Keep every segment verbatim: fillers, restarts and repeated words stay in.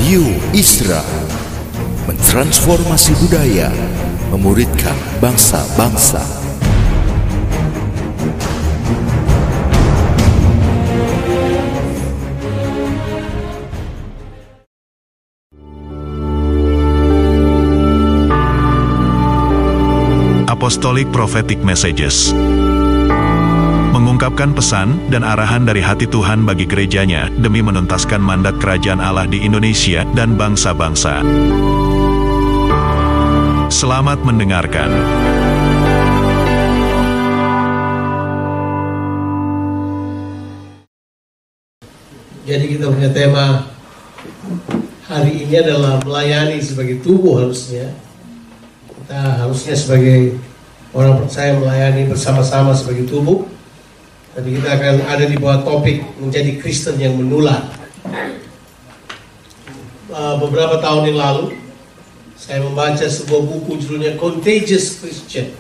Radio Isra mentransformasi budaya, memuridkan bangsa-bangsa. Apostolic Prophetic Messages mengungkapkan pesan dan arahan dari hati Tuhan bagi gerejanya demi menuntaskan mandat kerajaan Allah di Indonesia dan bangsa-bangsa. Selamat mendengarkan. Jadi kita punya tema hari ini adalah melayani sebagai tubuh. Harusnya kita harusnya sebagai orang percaya melayani bersama-sama sebagai tubuh. Tapi kita akan ada di bawah topik menjadi Kristen yang menular. Uh, beberapa tahun yang lalu saya membaca sebuah buku judulnya Contagious Christian.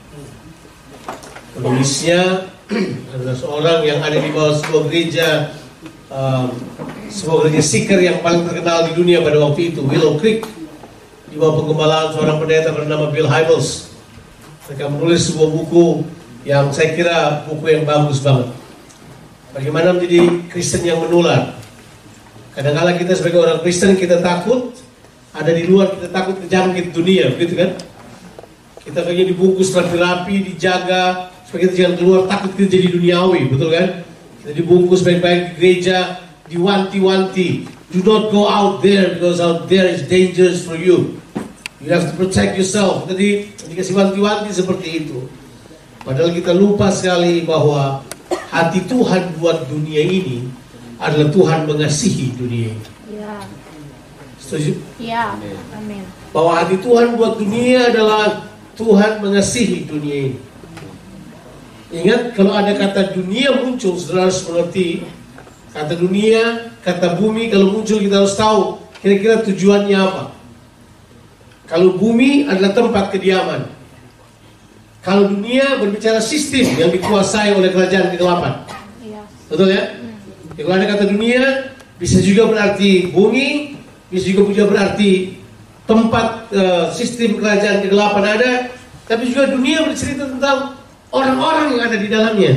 Penulisnya adalah seorang yang ada di bawah sebuah gereja, um, sebuah gereja seeker yang paling terkenal di dunia pada waktu itu, Willow Creek, di bawah penggembalaan seorang pendeta bernama Bill Hybels. Mereka menulis sebuah buku yang saya kira buku yang bagus banget. Bagaimana menjadi Kristen yang menular. Kadang-kala kita sebagai orang Kristen kita takut, ada di luar kita takut kejangkit dunia, begitu kan? Kita pengen dibungkus rapi-rapi, dijaga, supaya kita jangan keluar, takut kita jadi duniawi, betul kan? Kita dibungkus baik-baik di gereja, diwanti-wanti. Do not go out there because out there is dangerous for you. You have to protect yourself. Jadi dikasih wanti-wanti seperti itu. Padahal kita lupa sekali bahwa hati Tuhan buat dunia ini adalah Tuhan mengasihi dunia ini. Ya. Setuju? Ya. Amin. Bahwa hati Tuhan buat dunia adalah Tuhan mengasihi dunia ini. Ingat, kalau ada kata dunia muncul, saudara harus mengerti. Kata dunia, kata bumi, kalau muncul kita harus tahu kira-kira tujuannya apa. Kalau bumi adalah tempat kediaman. Kalau dunia berbicara sistem yang dikuasai oleh kerajaan kegelapan. Iya. Betul ya? Hmm. Kalau ada kata dunia, bisa juga berarti bumi, bisa juga berarti tempat uh, sistem kerajaan kegelapan ada, tapi juga dunia bercerita tentang orang-orang yang ada di dalamnya.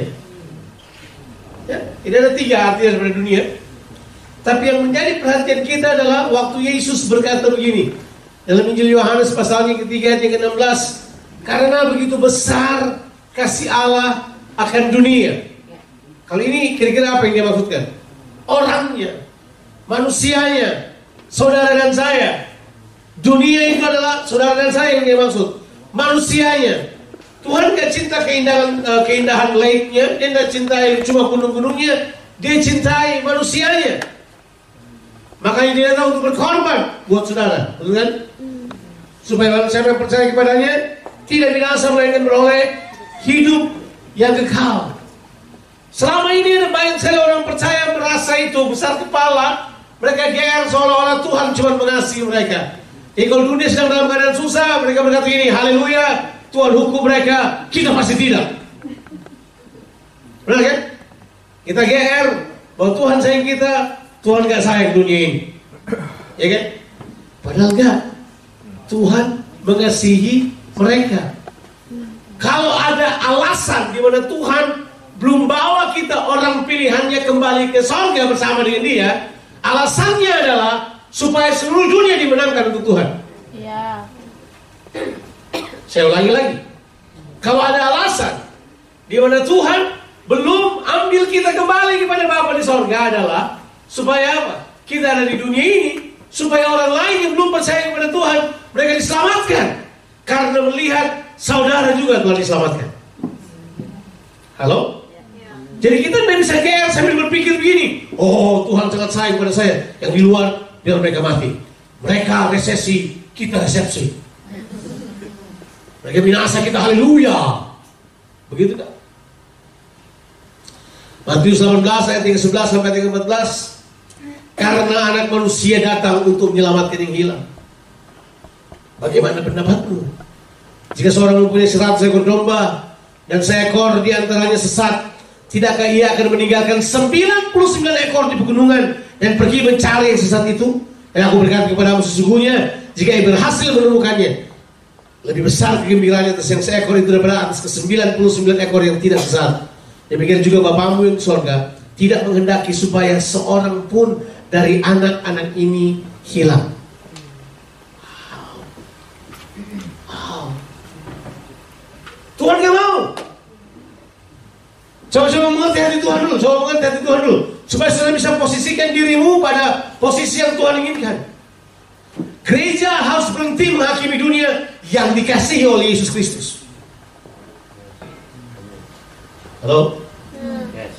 Ya, tidak ada tiga arti daripada dunia. Tapi yang menjadi perhatian kita adalah waktu Yesus berkata begini dalam Injil Yohanes pasal yang ketiga ayat yang ke enam belas. Karena begitu besar kasih Allah akan dunia. Kalau ini kira-kira apa yang dia maksudkan? Orangnya, manusianya, saudara dan saya. Dunia itu adalah saudara dan saya yang dia maksud. Manusianya. Tuhan gak cinta keindahan uh, keindahan lainnya, dia gak cintai cuma gunung-gunungnya, dia cintai manusianya. Makanya dia tahu untuk berkorban buat saudara, betul kan? Supaya manusia yang percaya kepadanya tidak binasa melainkan beroleh hidup yang kekal. Selama ini ada banyak sekali orang percaya merasa itu besar kepala, mereka geer seolah-olah Tuhan cuma mengasihi mereka. Jadi kalau dunia sedang dalam keadaan susah, mereka berkata ini, haleluya, Tuhan hukum mereka, kita pasti tidak. Benar kan? Kita geer bahwa Tuhan sayang kita, Tuhan gak sayang dunia ini. Ya kan? Padahal gak. Tuhan mengasihi mereka. Kalau ada alasan di mana Tuhan belum bawa kita orang pilihannya kembali ke surga bersama dengan Dia, alasannya adalah supaya seluruh dunia dimenangkan untuk Tuhan. Ya. Saya ulangi lagi. Kalau ada alasan di mana Tuhan belum ambil kita kembali kepada Bapa di surga adalah supaya apa? Kita ada di dunia ini supaya orang lain yang belum percaya kepada Tuhan mereka diselamatkan. Karena melihat saudara juga Tuhan diselamatkan. Halo? Ya. Jadi kita tidak bisa geer sambil berpikir begini. Oh, Tuhan sangat sayang kepada saya. Yang di luar, biar mereka mati. Mereka resesi, kita resepsi. Mereka binasa, kita haleluya. Begitu kan? Matius delapan belas ayat yang ke sebelas sampai yang ke empat belas. Karena anak manusia datang untuk menyelamatkan yang hilang. Bagaimana pendapatmu? Jika seorang mempunyai seratus ekor domba dan seekor di antaranya sesat, tidakkah ia akan meninggalkan sembilan puluh sembilan ekor di pegunungan dan pergi mencari yang sesat itu Dan aku berkata kepadamu, sesungguhnya jika ia berhasil menemukannya, lebih besar kegembiraannya atas yang seekor itu daripada atas ke sembilan puluh sembilan ekor yang tidak sesat. Demikian juga Bapamu yang di surga tidak menghendaki supaya seorang pun dari anak-anak ini hilang. Wow. Wow. Tuhan gak mau. Coba-coba mengerti hati Tuhan dulu, coba mengerti hati Tuhan dulu, supaya saudara bisa posisikan dirimu pada posisi yang Tuhan inginkan. Gereja harus berhenti menghakimi dunia yang dikasihi oleh Yesus Kristus. Halo? Yes.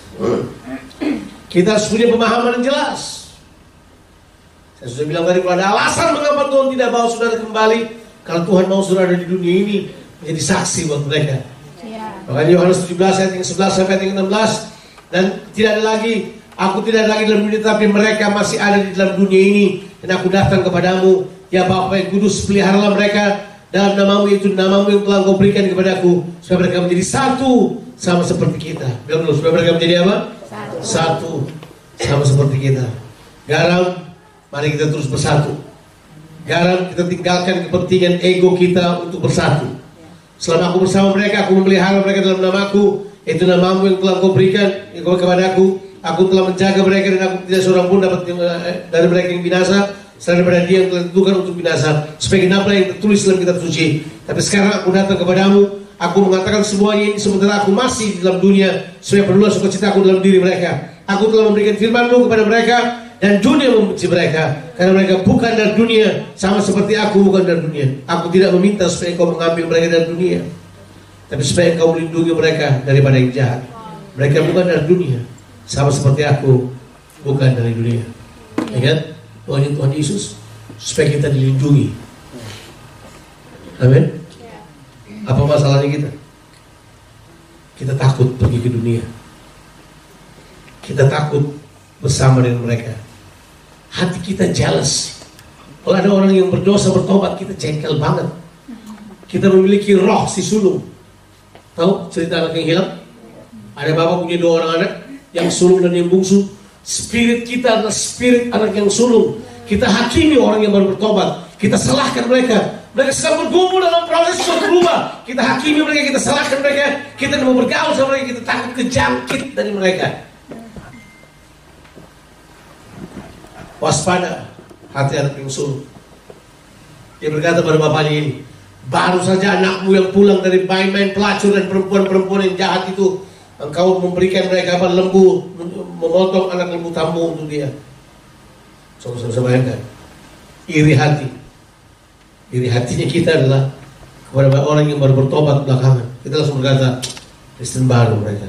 Kita harus punya pemahaman yang jelas. Saya sudah bilang tadi, kalau ada alasan mengapa Tuhan tidak bawa saudara kembali, kalau Tuhan mau saudara di dunia ini menjadi saksi buat mereka. Ya. Makanya Yohanes tujuh belas ayat yang sebelas sampai ayat yang enam belas, dan tidak ada lagi, aku tidak ada lagi dalam dunia, tapi mereka masih ada di dalam dunia ini, dan aku datang kepadamu, ya Bapa yang kudus, peliharalah mereka dalam namamu, itu namamu yang telah kau berikan kepadaku, supaya mereka menjadi satu sama seperti kita. Bilang dulu, supaya mereka menjadi apa? Satu. Satu sama seperti kita. Garam, mari kita terus bersatu. Garam, kita tinggalkan kepentingan ego kita untuk bersatu. Selama aku bersama mereka, aku memelihara mereka dalam namaku, itu namamu yang telah kau berikan kepadaku. Aku telah menjaga mereka, dan aku tidak seorang pun dapat dari mereka yang binasa selain daripada dia yang telah ditentukan untuk binasa, supaya genaplah yang tertulis dalam kitab suci. Tapi sekarang aku datang kepadamu, aku mengatakan semuanya ini sementara aku masih di dalam dunia, supaya penuhlah sukacitaku dalam diri mereka. Aku telah memberikan firman-Mu kepada mereka, dan dunia membenci mereka, karena mereka bukan dari dunia, sama seperti aku bukan dari dunia. Aku tidak meminta supaya Engkau mengambil mereka dari dunia, tapi supaya Engkau melindungi mereka daripada yang jahat. Mereka bukan dari dunia, sama seperti aku bukan dari dunia. Ingat Tuhan Tuhan Yesus, supaya kita dilindungi. Amin. Apa masalahnya kita? Kita takut pergi ke dunia. Kita takut bersama dengan mereka. Hati kita jealous. Kalau ada orang yang berdosa bertobat, kita jengkel banget. Kita memiliki roh si sulung. Tahu cerita anak yang hilang? Ada bapak punya dua orang anak, yang sulung dan yang bungsu. Spirit kita adalah spirit anak yang sulung. Kita hakimi orang yang baru bertobat. Kita salahkan mereka. Mereka sedang bergumul dalam proses untuk berubah. Kita hakimi mereka, kita salahkan mereka. Kita mau bergaul sama mereka, kita takut kejangkit dari mereka. Waspada hati anak yang sulung. Dia berkata pada bapaknya ini, baru saja anakmu yang pulang dari main-main pelacur dan perempuan-perempuan yang jahat itu, engkau memberikan mereka apa, lembu, memotong anak lembu tamu untuk dia. Sama-sama bayangkan, iri hati. Iri hatinya kita adalah kepada orang yang baru bertobat belakangan. Kita langsung berkata, Kristen baru mereka.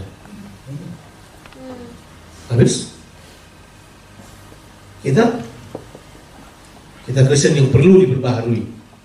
Habis? Kita kita Kristen yang perlu diperbaharui.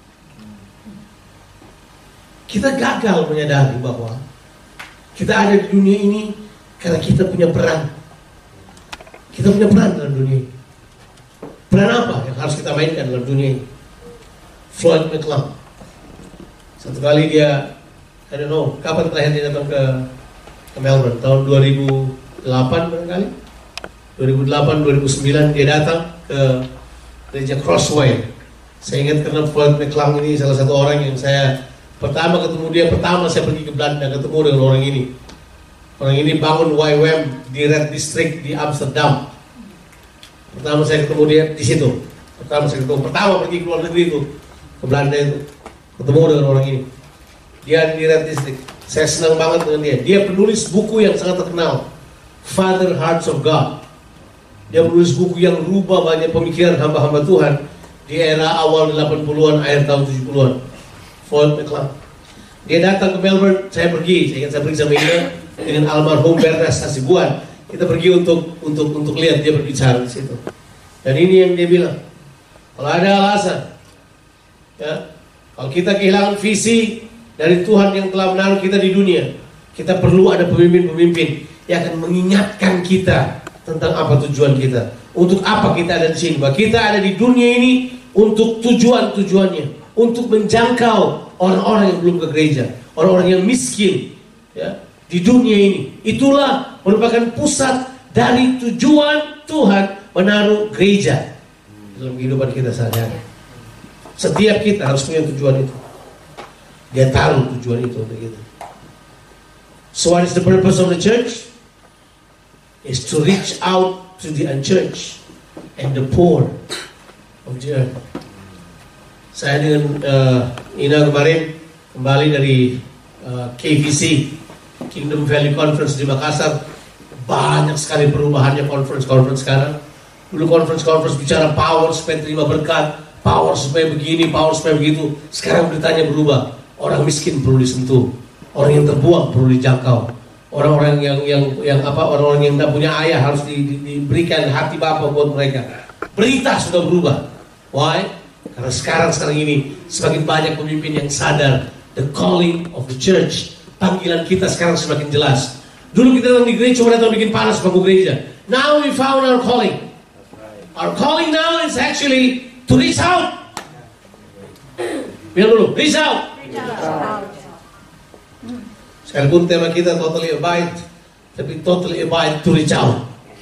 Kita gagal menyadari bahwa kita ada di dunia ini karena kita punya peran. Kita punya peran dalam dunia ini. Peran apa yang harus kita mainkan dalam dunia ini? Floyd McClung, satu kali dia, I don't know, kapan terakhir dia datang ke, ke Melbourne? Tahun dua ribu delapan barangkali? dua ribu delapan, dua ribu sembilan dia datang ke gereja Crossway. Saya ingat karena Floyd McClung ini salah satu orang yang saya pertama ketemu dia, pertama saya pergi ke Belanda ketemu dengan orang ini. Orang ini bangun Y W A M di Red District di Amsterdam. Pertama saya ketemu dia di situ. Pertama saya ketemu, pertama pergi ke luar negeri itu, ke Belanda itu, ketemu dengan orang ini. Dia di Red District. Saya senang banget dengan dia. Dia penulis buku yang sangat terkenal, Father Hearts of God. Dia menulis buku yang rubah banyak pemikiran hamba-hamba Tuhan di era awal delapan puluhan, akhir tahun tujuh puluhan. Floyd McClung. Dia datang ke Melbourne, saya pergi, saya ingat saya pergi sama dia dengan almarhum Bernas Hasibuan. Kita pergi untuk untuk untuk lihat dia berbicara di situ. Dan ini yang dia bilang, kalau ada alasan, ya, kalau kita kehilangan visi dari Tuhan yang telah menaruh kita di dunia, kita perlu ada pemimpin-pemimpin yang akan mengingatkan kita tentang apa tujuan kita, untuk apa kita ada di sini. Bahwa kita ada di dunia ini untuk tujuan-tujuannya, untuk menjangkau orang-orang yang belum ke gereja, orang-orang yang miskin, ya, di dunia ini. Itulah merupakan pusat dari tujuan Tuhan menaruh gereja. dalam kehidupan kita sehari-hari. Setiap kita harus punya tujuan itu. Dia taruh tujuan itu untuk kita. So what is the purpose of the church? Is to reach out to the unchurched and the poor of the earth. Saya dengan uh, Ina kemarin kembali dari uh, K V C, Kingdom Valley Conference di Makassar. Banyak sekali perubahannya conference-conference sekarang. Dulu conference-conference bicara power supaya terima berkat, power supaya begini, power supaya begitu. Sekarang beritanya berubah. Orang miskin perlu disentuh, orang yang terbuang perlu dijangkau, orang-orang yang yang yang apa, orang-orang yang tidak punya ayah harus di, di, diberikan hati Bapa buat mereka. Berita sudah berubah. Why? Karena sekarang sekarang ini semakin banyak pemimpin yang sadar the calling of the church. Panggilan kita sekarang semakin jelas. Dulu kita datang di gereja cuma datang bikin panas bangku gereja. Now we found our calling. Our calling now is actually to reach out. Bilang dulu, reach out. Sekalipun tema kita totally abide, tapi totally abide to reach out.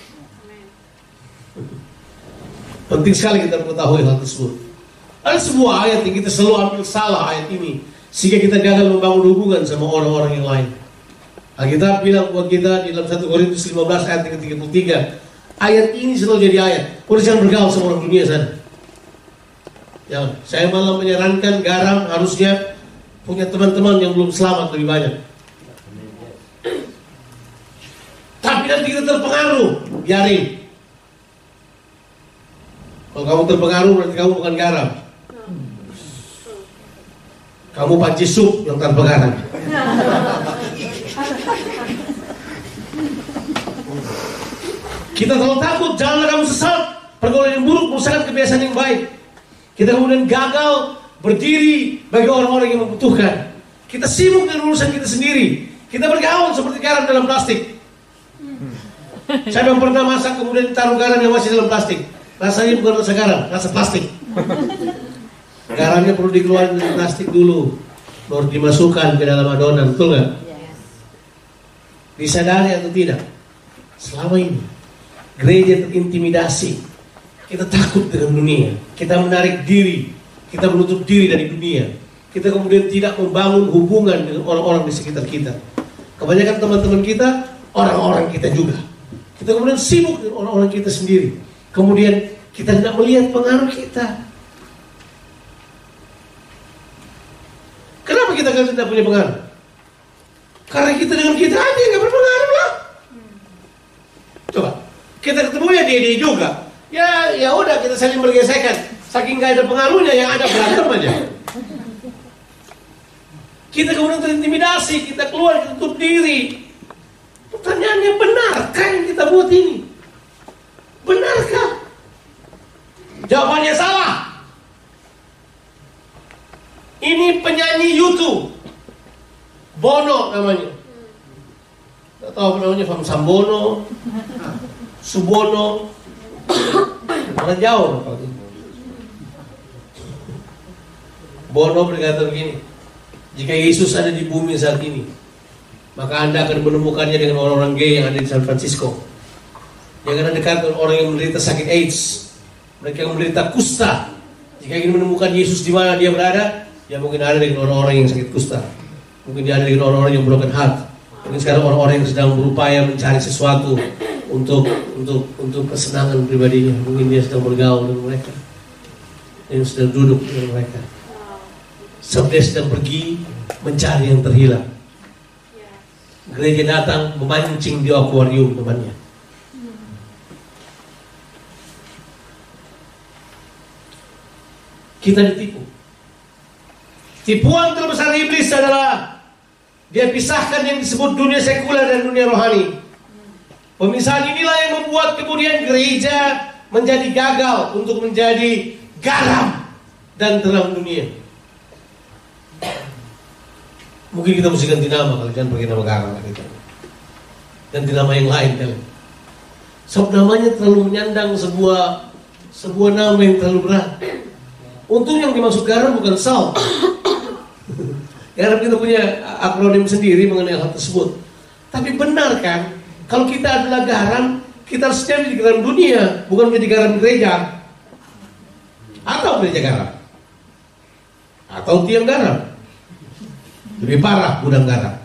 Penting sekali kita mengetahui hal tersebut. Ada sebuah ayat yang kita selalu ambil salah ayat ini, sehingga kita gagal membangun hubungan sama orang-orang yang lain. Alkitab bilang buat kita di dalam satu Korintus lima belas ayat yang tiga puluh tiga, ayat ini selalu jadi ayat. Udah jangan bergaul sama orang dunia sana. Ya, saya malah menyarankan garam harusnya punya teman-teman yang belum selamat lebih banyak. Tapi nanti kita terpengaruh, biarin. Kalau kamu terpengaruh berarti kamu bukan garam. Kamu panci sup yang tanpa garam. Kita terlalu takut, janganlah kamu sesat, pergaulan yang buruk merusak kebiasaan yang baik. Kita kemudian gagal berdiri bagi orang-orang yang membutuhkan. Kita sibuk dengan urusan kita sendiri. Kita bergaul seperti garam dalam plastik. Saya yang pernah masak kemudian taruh garam yang masih dalam plastik. Rasanya bukan rasa garam, rasa plastik. Garamnya perlu dikeluarkan dari plastik dulu, baru dimasukkan ke dalam adonan, betul nggak? Disadari atau tidak? Selama ini gereja terintimidasi. Kita takut dengan dunia. Kita menarik diri. Kita menutup diri dari dunia. Kita kemudian tidak membangun hubungan dengan orang-orang di sekitar kita. Kebanyakan teman-teman kita, orang-orang kita juga. Kita kemudian sibuk dengan orang-orang kita sendiri. Kemudian kita tidak melihat pengaruh kita. Kenapa kita tidak punya pengaruh? Karena kita dengan kita aja nggak berpengaruh lah. Coba, kita ketemu ya dia-dia juga. Ya, ya udah kita saling bergesekan. Saking gak ada pengaruhnya, yang ada berantem aja. Kita kemudian terintimidasi, kita keluar, kita tutup diri. Pertanyaannya, benarkah yang kita buat ini? Benarkah? Jawabannya salah. Ini penyanyi YouTube, Bono namanya. Tidak tahu apa namanya, Fam Sambono, Subono. Mana jauh kalau itu. Bono berkata begini, jika Yesus ada di bumi saat ini, maka Anda akan menemukannya dengan orang-orang gay yang ada di San Francisco. Jangan dekat dengan orang yang menderita sakit AIDS, mereka yang menderita kusta. Jika ingin menemukan Yesus di mana dia berada, ya mungkin ada dengan orang-orang yang sakit kusta. Mungkin dia ada dengan orang-orang yang broken heart. Mungkin sekarang orang-orang yang sedang berupaya mencari sesuatu untuk untuk untuk kesenangan pribadinya. Mungkin dia sedang bergaul dengan mereka, yang sedang duduk dengan mereka. Sebab dia sedang pergi mencari yang terhilang. Gereja datang memancing di akuarium temannya. Kita ditipu. Tipuan terbesar iblis adalah dia pisahkan yang disebut dunia sekuler dan dunia rohani. Pemisahan inilah yang membuat kemudian gereja menjadi gagal untuk menjadi garam dan terang dunia. Mungkin kita mesti ganti nama kali, jangan pakai nama garam kita. Ganti nama yang lain kali. Sebab namanya terlalu menyandang sebuah sebuah nama yang terlalu berat. Untung yang dimaksud garam bukan salt. Garam kita punya akronim sendiri mengenai hal tersebut. Tapi benar kan, kalau kita adalah garam, kita harus jadi garam dunia, bukan menjadi garam gereja. atau gereja garam, atau tiang garam. Lebih parah gudang garam.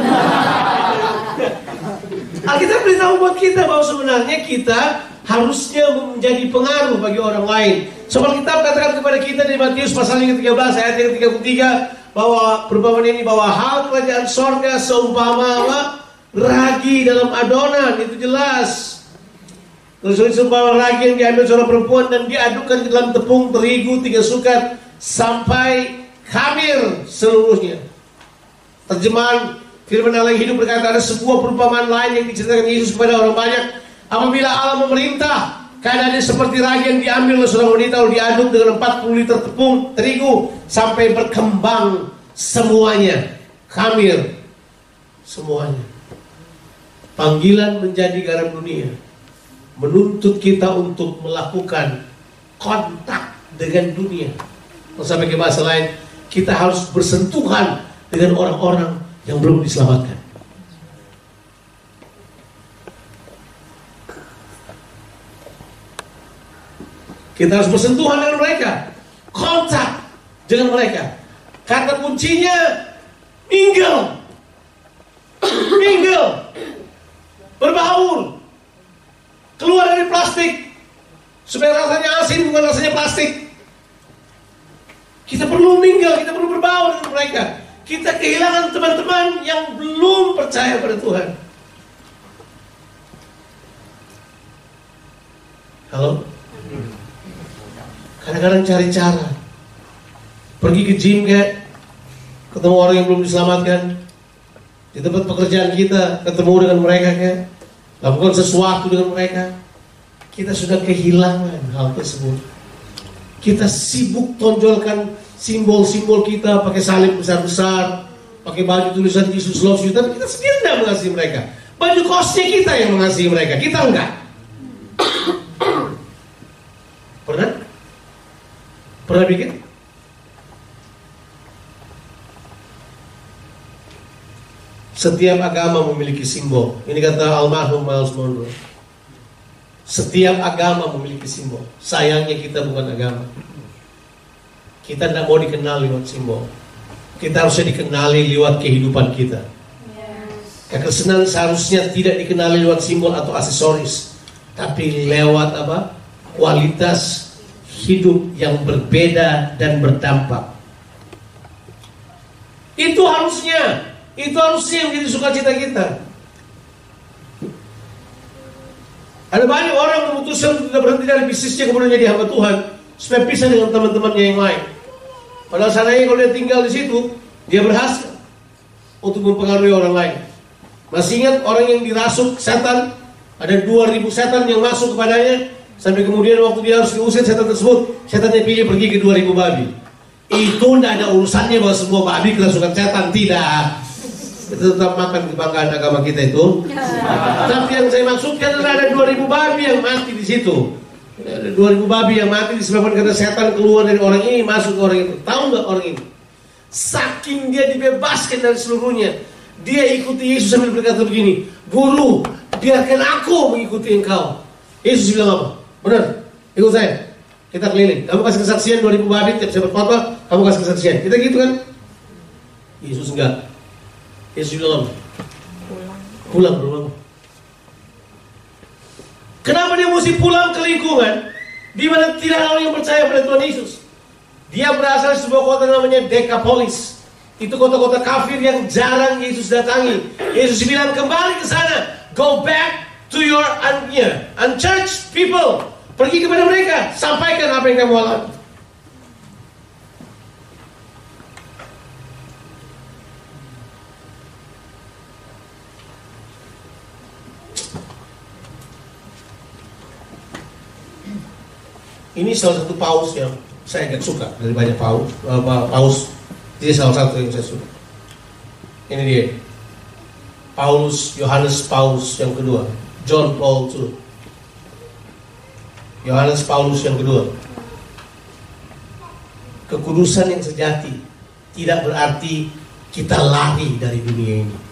Alkitab beritahu buat kita bahwa sebenarnya kita harusnya menjadi pengaruh bagi orang lain. Sebab Alkitab katakan kepada kita di Matius pasal yang ke tiga belas ayat yang ke tiga puluh tiga bahwa perumpamaan ini, bahwa hal kerajaan sorga seumpama apa? Ragi dalam adonan. Itu jelas. Terus seumpama ragi yang diambil seorang perempuan dan diadukkan ke dalam tepung terigu tiga sukat sampai khamir seluruhnya. Terjemahan firman Allah yang hidup berkata, ada sebuah perumpamaan lain yang diceritakan Yesus kepada orang banyak. Apabila Allah memerintah, keadaannya seperti ragi yang diambil oleh seorang wanita lalu diaduk dengan empat puluh liter tepung terigu sampai berkembang semuanya, khamir semuanya. Panggilan menjadi garam dunia menuntut kita untuk melakukan kontak dengan dunia. Sampai ke bahasa lain, kita harus bersentuhan dengan orang-orang yang belum diselamatkan. Kita harus bersentuhan dengan mereka, kontak dengan mereka. Kata kuncinya mingle, mingle, berbaur, keluar dari plastik supaya rasanya asin bukan rasanya plastik. Kita perlu mingle, kita perlu berbaur dengan mereka. Kita kehilangan teman-teman yang belum percaya pada Tuhan. Halo? Kadang-kadang cari cara, pergi ke gym kayak, ketemu orang yang belum diselamatkan. Di tempat pekerjaan kita, ketemu dengan mereka kayak, lakukan sesuatu dengan mereka. Kita sudah kehilangan hal tersebut. Kita sibuk tonjolkan simbol-simbol kita, pakai salib besar-besar, pakai baju tulisan Jesus loves you, tapi kita sendiri tidak mengasihi mereka. Baju kosnya kita yang mengasihi mereka, kita enggak. Pernah? Pernah bikin? Setiap agama memiliki simbol. Ini kata almarhum Miles Monroe. Setiap agama memiliki simbol. Sayangnya kita bukan agama. Kita tidak mau dikenal lewat simbol. Kita harusnya dikenali lewat kehidupan kita. Kekristenan seharusnya tidak dikenali lewat simbol atau aksesoris, tapi lewat apa? Kualitas hidup yang berbeda dan berdampak. Itu harusnya, itu harusnya yang menjadi sukacita kita. Ada banyak orang memutuskan untuk tidak berhenti dari bisnisnya kemudian jadi hamba Tuhan supaya pisah dengan teman-temannya yang lain. Padahal seandainya kalau dia tinggal di situ, dia berhasil untuk mempengaruhi orang lain. Masih ingat orang yang dirasuk setan? Ada dua ribu setan yang masuk kepadanya. Sampai kemudian waktu dia harus diusir setan tersebut, setannya pilih pergi ke dua ribu babi. Itu tidak ada urusannya bahwa semua babi kerasukan setan, tidak. Kita tetap makan kebanggaan agama kita itu. Tapi yang saya maksudkan adalah ada dua ribu babi yang mati di situ. Ada dua ribu babi yang mati disebabkan karena setan keluar dari orang ini masuk ke orang itu. Tahu nggak orang ini? Saking dia dibebaskan dari seluruhnya, dia ikuti Yesus sambil berkata begini, "Guru, biarkan aku mengikuti engkau." Yesus bilang apa? Benar, ikut saya. Kita keliling. Kamu kasih kesaksian dua ribu babi tiap saya berkhotbah, kamu kasih kesaksian. Kita gitu kan? Yesus enggak. Yesus bilang, pulang. Pulang, pulang. Kenapa dia mesti pulang ke lingkungan di mana tidak ada orang yang percaya pada Tuhan Yesus? Dia berasal dari sebuah kota namanya Decapolis. Itu kota-kota kafir yang jarang Yesus datangi. Yesus bilang kembali ke sana. Go back to your un- yeah, unchurched people. Pergi kepada mereka, sampaikan apa yang kamu alami. Ini salah satu paus yang saya agak suka dari banyak paus. Uh, paus, ini salah satu yang saya suka. Ini dia, Paulus Yohanes Paulus yang kedua, John Paul the Second. Yohanes Paulus yang kedua. Kekudusan yang sejati tidak berarti kita lari dari dunia ini,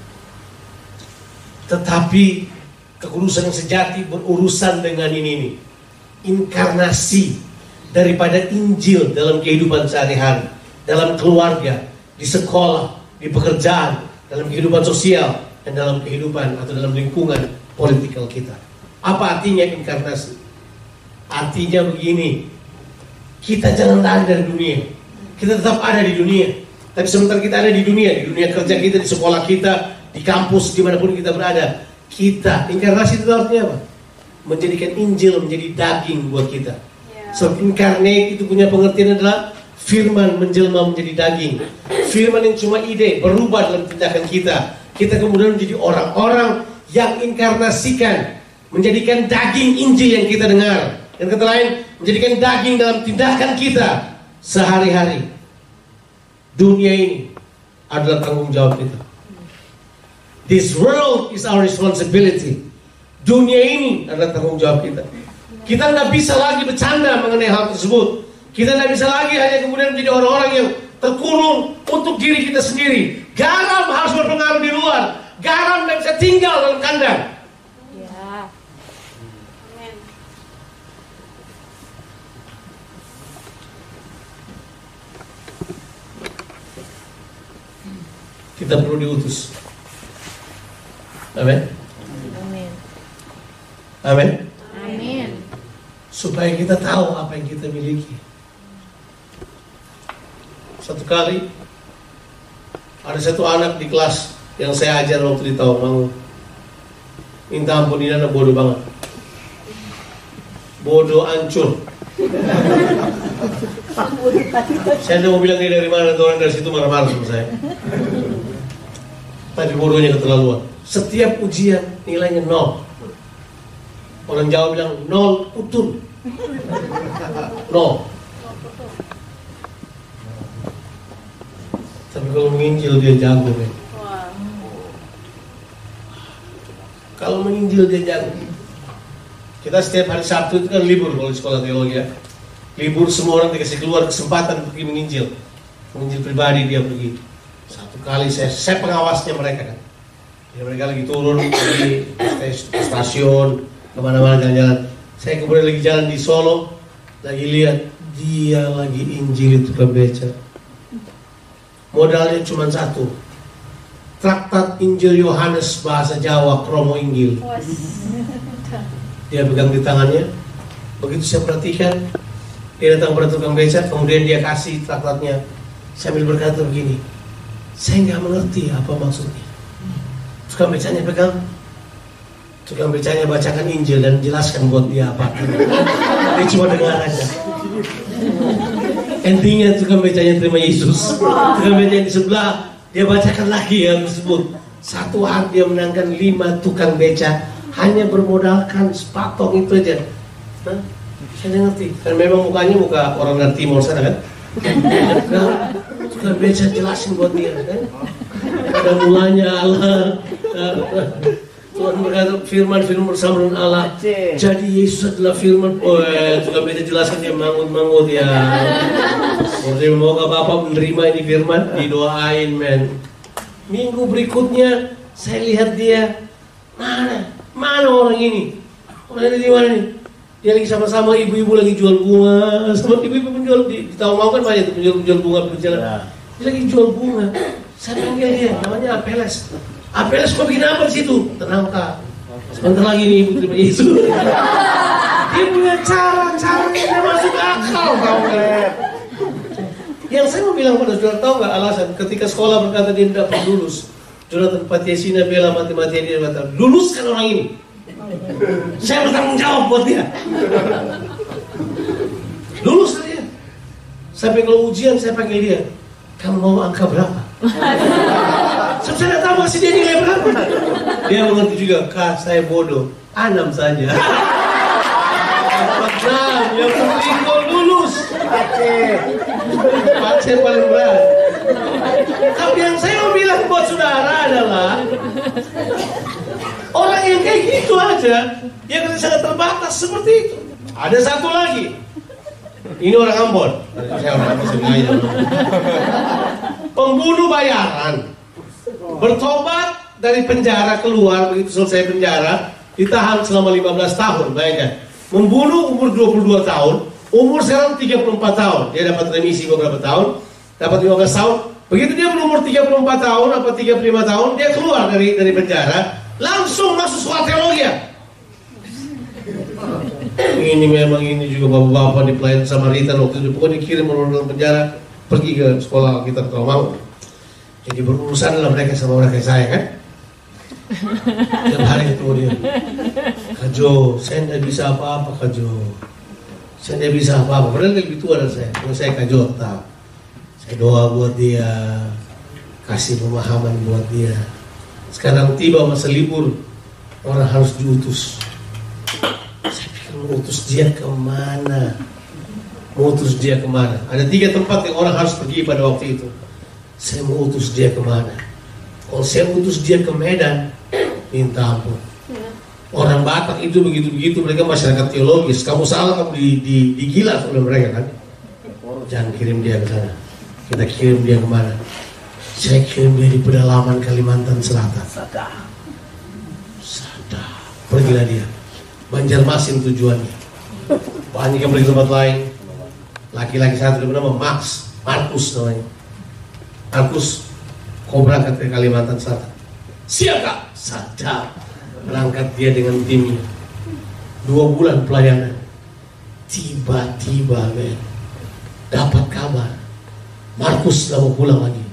tetapi kekudusan yang sejati berurusan dengan ini, ini. Inkarnasi, daripada Injil dalam kehidupan sehari-hari, dalam keluarga, di sekolah, di pekerjaan, dalam kehidupan sosial, dan dalam kehidupan atau dalam lingkungan politikal kita. Apa artinya inkarnasi? Artinya begini, kita jangan lari dari dunia. Kita tetap ada di dunia, tapi sementara kita ada di dunia, di dunia kerja kita, di sekolah kita, di kampus, dimanapun kita berada, kita, inkarnasi itu artinya apa? Menjadikan Injil menjadi daging buat kita. So, incarnate itu punya pengertian adalah firman menjelma menjadi daging. Firman yang cuma ide, berubah dalam tindakan kita. Kita kemudian menjadi orang-orang yang inkarnasikan, menjadikan daging Injil yang kita dengar. Dan kata lain, menjadikan daging dalam tindakan kita sehari-hari. Dunia ini adalah tanggung jawab kita. This world is our responsibility. Dunia ini adalah tanggung jawab kita. Kita tidak bisa lagi bercanda mengenai hal tersebut. Kita tidak bisa lagi hanya kemudian menjadi orang-orang yang terkurung untuk diri kita sendiri. Garam harus berpengaruh di luar. Garam tidak bisa tinggal dalam kandang. Ya. Amin. Kita perlu diutus. Amin. Amin. Amin. Amin. Supaya kita tahu apa yang kita miliki. Satu kali ada satu anak di kelas yang saya ajar waktu di Tawangmangu. Minta ampun, ini anak bodoh banget. Bodoh ancur. Saya tidak mau bilang dia dari mana, orang dari situ marah-marah sama saya. Tapi bodohnya keterlaluan. Setiap ujian nilainya nol. Orang Jawa bilang nol utun. Nol. Tapi kalau menginjil dia jago, kan? Kalau menginjil dia jago. Kita setiap hari Sabtu itu kan libur kalau di sekolah teologi ya. Libur, semua orang dikasih keluar kesempatan pergi menginjil. Menginjil pribadi dia pergi. Satu kali saya, saya pengawasnya mereka kan. Ya, mereka lagi turun di stasiun, kemana-mana jalan-jalan. Saya kemudian lagi jalan di Solo, lagi lihat dia lagi injil itu ke beca. Modalnya cuma satu, Traktat Injil Yohanes bahasa Jawa Kromo Inggil. Dia pegang di tangannya. Begitu saya perhatikan, dia datang pada tukang beca, kemudian dia kasih traktatnya sambil berkata begini, saya nggak mengerti apa maksudnya. Tukang becanya pegang, tukang becanya bacakan Injil dan jelaskan buat dia apa. Dia cuma dengar aja. Endingnya tukang becanya terima Yesus. Tukang beca di sebelah dia bacakan lagi yang tersebut. Satu hari dia menangkan lima tukang beca hanya bermodalkan sepatong itu aja. Hah? Saya ngerti. Dan memang mukanya muka orang dari timur sana kan. Nah, tukang beca jelasin buat dia kan. Pada mulanya Allah. Tuhan berkata firman-firman bersama dengan Allah. Jadi Yesus adalah firman. Oh, tukang beca jelaskan dia mangut-mangut ya. Semoga Bapak menerima ini firman, didoain men. Minggu berikutnya saya lihat dia, mana, mana orang ini? Orang ini di mana nih? Dia lagi sama-sama ibu-ibu lagi jual bunga, sama ibu-ibu penjual di, di Tawangmangu kan banyak tuh penjual-penjual bunga berjalan. Dia lagi jual bunga. Saya panggil dia, namanya Apeles. Apeles kok bikin apa di situ? Tenang Kak. Sebentar lagi nih ibu terima Yesus. Dia punya cara-cara yang masuk akal, tahu nggak? Yang saya mau bilang pada saudara, tahu nggak alasan ketika sekolah berkata dia tidak perlu lulus. Jonathan Patiasina bela mati-matian dia berkata, luluskan orang ini. Saya bertanggung jawab buat dia. Lulus dia. Sampai kalau ujian saya panggil dia, kamu mau angka berapa? Saya tidak tahu kasih dia nilai berapa. Dia mengerti juga, Kak saya bodoh, enam saja. Enam, yang penting kau lulus. Pacar paling berat. Tapi yang saya mau bilang buat saudara adalah orang yang kayak gitu aja, yang sangat terbatas seperti itu. Ada satu lagi. Ini orang Ambon. Saya orang Ambon sebenarnya. Pembunuh bayaran, bertobat dari penjara keluar, begitu selesai penjara, ditahan selama lima belas tahun, bayangkan. Membunuh umur dua puluh dua tahun, Umur sekarang tiga puluh empat tahun. Dia dapat remisi beberapa tahun, dapat lima belas tahun. Begitu dia berumur tiga puluh empat tahun atau tiga puluh lima tahun, dia keluar dari dari penjara, langsung masuk sekolah teologi. Ini memang ini juga bapak-bapak di pelayanan Samaritan waktu itu pokoknya kirim orang dalam penjara pergi ke sekolah kita kalau mau. Jadi berurusan lah mereka sama orang kayak saya kan. Tiap hari itu dia, Kak Jo, saya tidak bisa apa-apa Kak Jo. Saya tidak bisa apa-apa. Padahal lebih tua dari saya. Kalau saya Kak Jo tetap. Saya doa buat dia, kasih pemahaman buat dia. Sekarang tiba masa libur, orang harus diutus. Saya pikir mengutus dia kemana? Mengutus dia kemana? Ada tiga tempat yang orang harus pergi pada waktu itu. Saya mau utus dia kemana? Kalau saya utus dia ke Medan, minta ampun. Orang Batak itu begitu-begitu, mereka masyarakat teologis. Kamu salah, kamu di, di, digila oleh mereka kan? Jangan kirim dia ke sana. Kita kirim dia kemana? Saya kirim dia di pedalaman Kalimantan Selatan. Sada. Sada. Pergilah dia. Banjarmasin tujuannya. Banyak yang pergi ke tempat lain. Laki-laki satu bernama Max, Markus namanya. Markus, kau berangkat ke Kalimantan Selatan. Siap Kak? Sada. Berangkat dia dengan timnya. Dua bulan pelayanan. Tiba-tiba men, dapat kabar Markus sudah mau pulang lagi.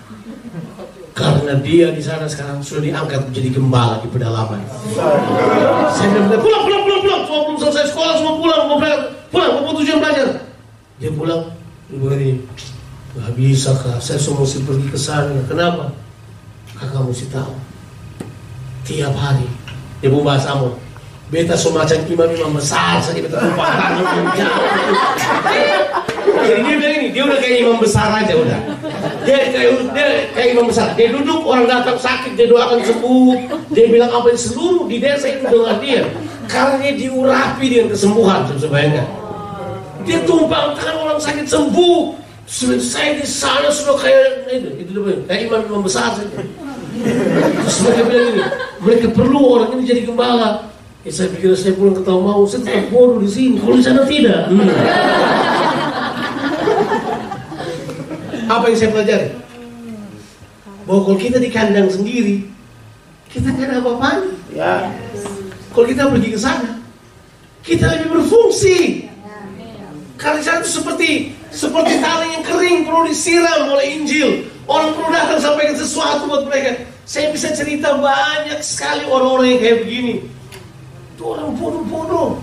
Karena dia di sana sekarang sudah diangkat menjadi gembala di pedalaman. Saya bilang pulang, pulang, pulang, pulang. Semua belum selesai sekolah, semua pulang, mau pulang, pulang, mau tujuan belajar. Dia pulang, dia begini, gak bisa Kak, saya semua mesti pergi ke sana. Kenapa? Kakak mesti tahu. Tiap hari dia mau bahas Amon. Beta semacam imam-imam besar saja, beta tumpah tangan yang jauh. Jadi dia bilang ini, dia udah kayak imam besar aja udah. Dia kayak, dia kayak imam besar. Dia duduk, orang datang sakit, dia doakan sembuh. Dia bilang apa yang seluruh di desa itu dengan dia. Karena dia diurapi dengan kesembuhan, sebenarnya. Dia tumpang tangan orang sakit sembuh. Saya di sana sudah kayak itu, itu kayak imam-imam besar saja. Terus mereka bilang ini, mereka perlu orang ini jadi gembala. Ya, saya pikir saya pulang ke Taumau, saya tetap bodoh di sini. Kalau di sana tidak. Hmm. Apa yang saya pelajari? Bahwa kalau kita di kandang sendiri, kita nggak ada apa-apanya. Ya. Kalau kita pergi ke sana, kita lebih berfungsi. Karena di sana itu seperti seperti tali yang kering, perlu disiram oleh Injil. Orang perlu datang sampaikan sesuatu buat mereka. Saya bisa cerita banyak sekali orang-orang yang kayak begini. Itu orang bodoh-bodoh.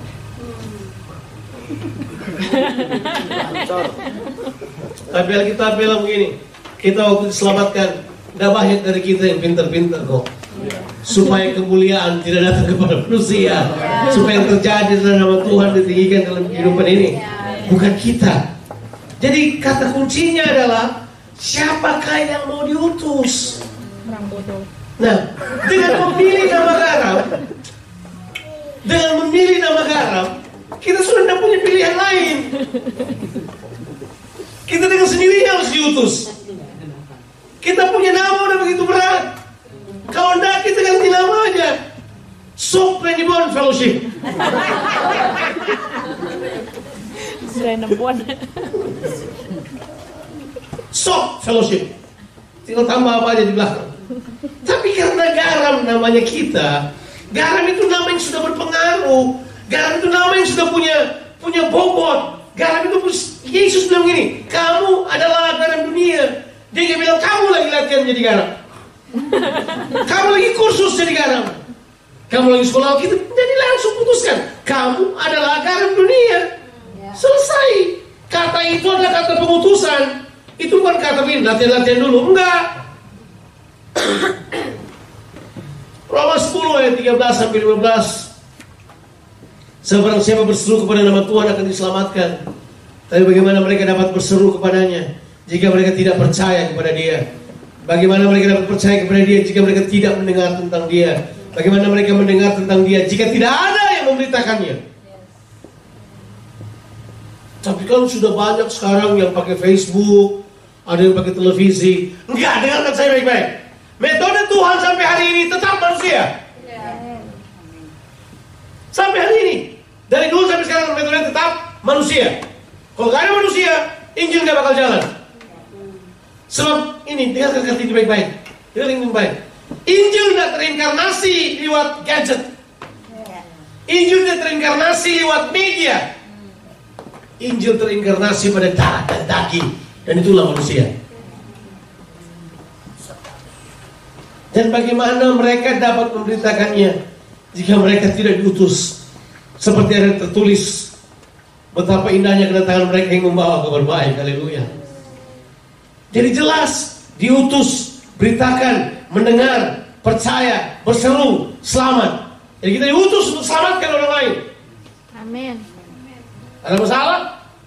Tapi kita bilang begini, kita waktu diselamatkan, tidak banyak dari kita yang pintar-pintar kok. Supaya kemuliaan tidak datang kepada manusia, supaya yang terjadi adalah nama Tuhan ditinggikan dalam kehidupan ini, bukan kita. Jadi kata kuncinya adalah siapakah yang mau diutus? Nah, dengan memilih nama garam, dengan memilih nama garam, kita sudah tidak punya pilihan lain. Kita dengan sendirinya harus diutus. Kita punya nama udah begitu berat. Kalau enggak kita ganti nama aja. Sok Penibon Fellowship. Sok Fellowship. Tinggal tambah apa aja di belakang. Tapi karena garam namanya kita, garam itu nama yang sudah berpengaruh. Garam itu nama yang sudah punya punya bobot. Garam itu Yesus bilang gini, kamu adalah garam dunia. Dia gak bilang kamu lagi latihan jadi garam. Kamu lagi kursus jadi garam. Kamu lagi sekolah kita, jadi langsung putuskan kamu adalah garam dunia. Selesai. Kata itu adalah kata pengutusan. Itu bukan kata begini, latihan-latihan dulu. Enggak. Roma sepuluh ayat tiga belas sampai lima belas. Sebarang siapa berseru kepada nama Tuhan akan diselamatkan. Tapi bagaimana mereka dapat berseru kepadanya jika mereka tidak percaya kepada dia? Bagaimana mereka dapat percaya kepada dia jika mereka tidak mendengar tentang dia? Bagaimana mereka mendengar tentang dia jika tidak ada yang memberitakannya? Tapi kalau sudah banyak sekarang yang pakai Facebook, ada yang pakai televisi. Enggak, dengarkan saya baik-baik. Metode Tuhan sampai hari ini tetap manusia. Sampai hari ini. Dari dulu sampai sekarang metode tetap manusia. Kalau nggak ada manusia, Injil nggak bakal jalan. Sebab ini, dengarkan kata ini baik-baik. Dengarkan ini baik. Injil tidak terinkarnasi lewat gadget. Injil tidak terinkarnasi lewat media. Injil terinkarnasi pada darah dan daging, dan itulah manusia. Dan bagaimana mereka dapat memberitakannya jika mereka tidak diutus? Seperti yang tertulis, betapa indahnya kedatangan mereka yang membawa kabar baik. Haleluya. Jadi jelas, diutus, beritakan, mendengar, percaya, berseru, selamat. Jadi kita diutus untuk selamatkan orang lain. Amin. Ada masalah?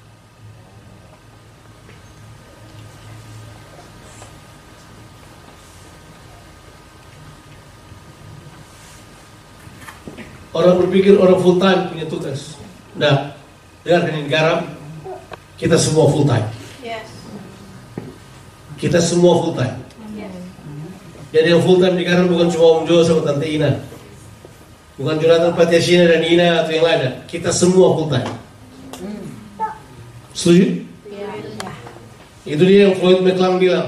Orang berpikir orang full time punya tugas. Nah, dengarkan ini garam. Kita semua full time. Yes. Kita semua full time. Yes. Jadi yang full time di garam bukan cuma Om Jo sama Tante Ina, bukan Jonathan Patiasina dan Ina atau yang lainnya. Kita semua full time. Setuju? Ya. Itu dia yang Floyd McClung bilang.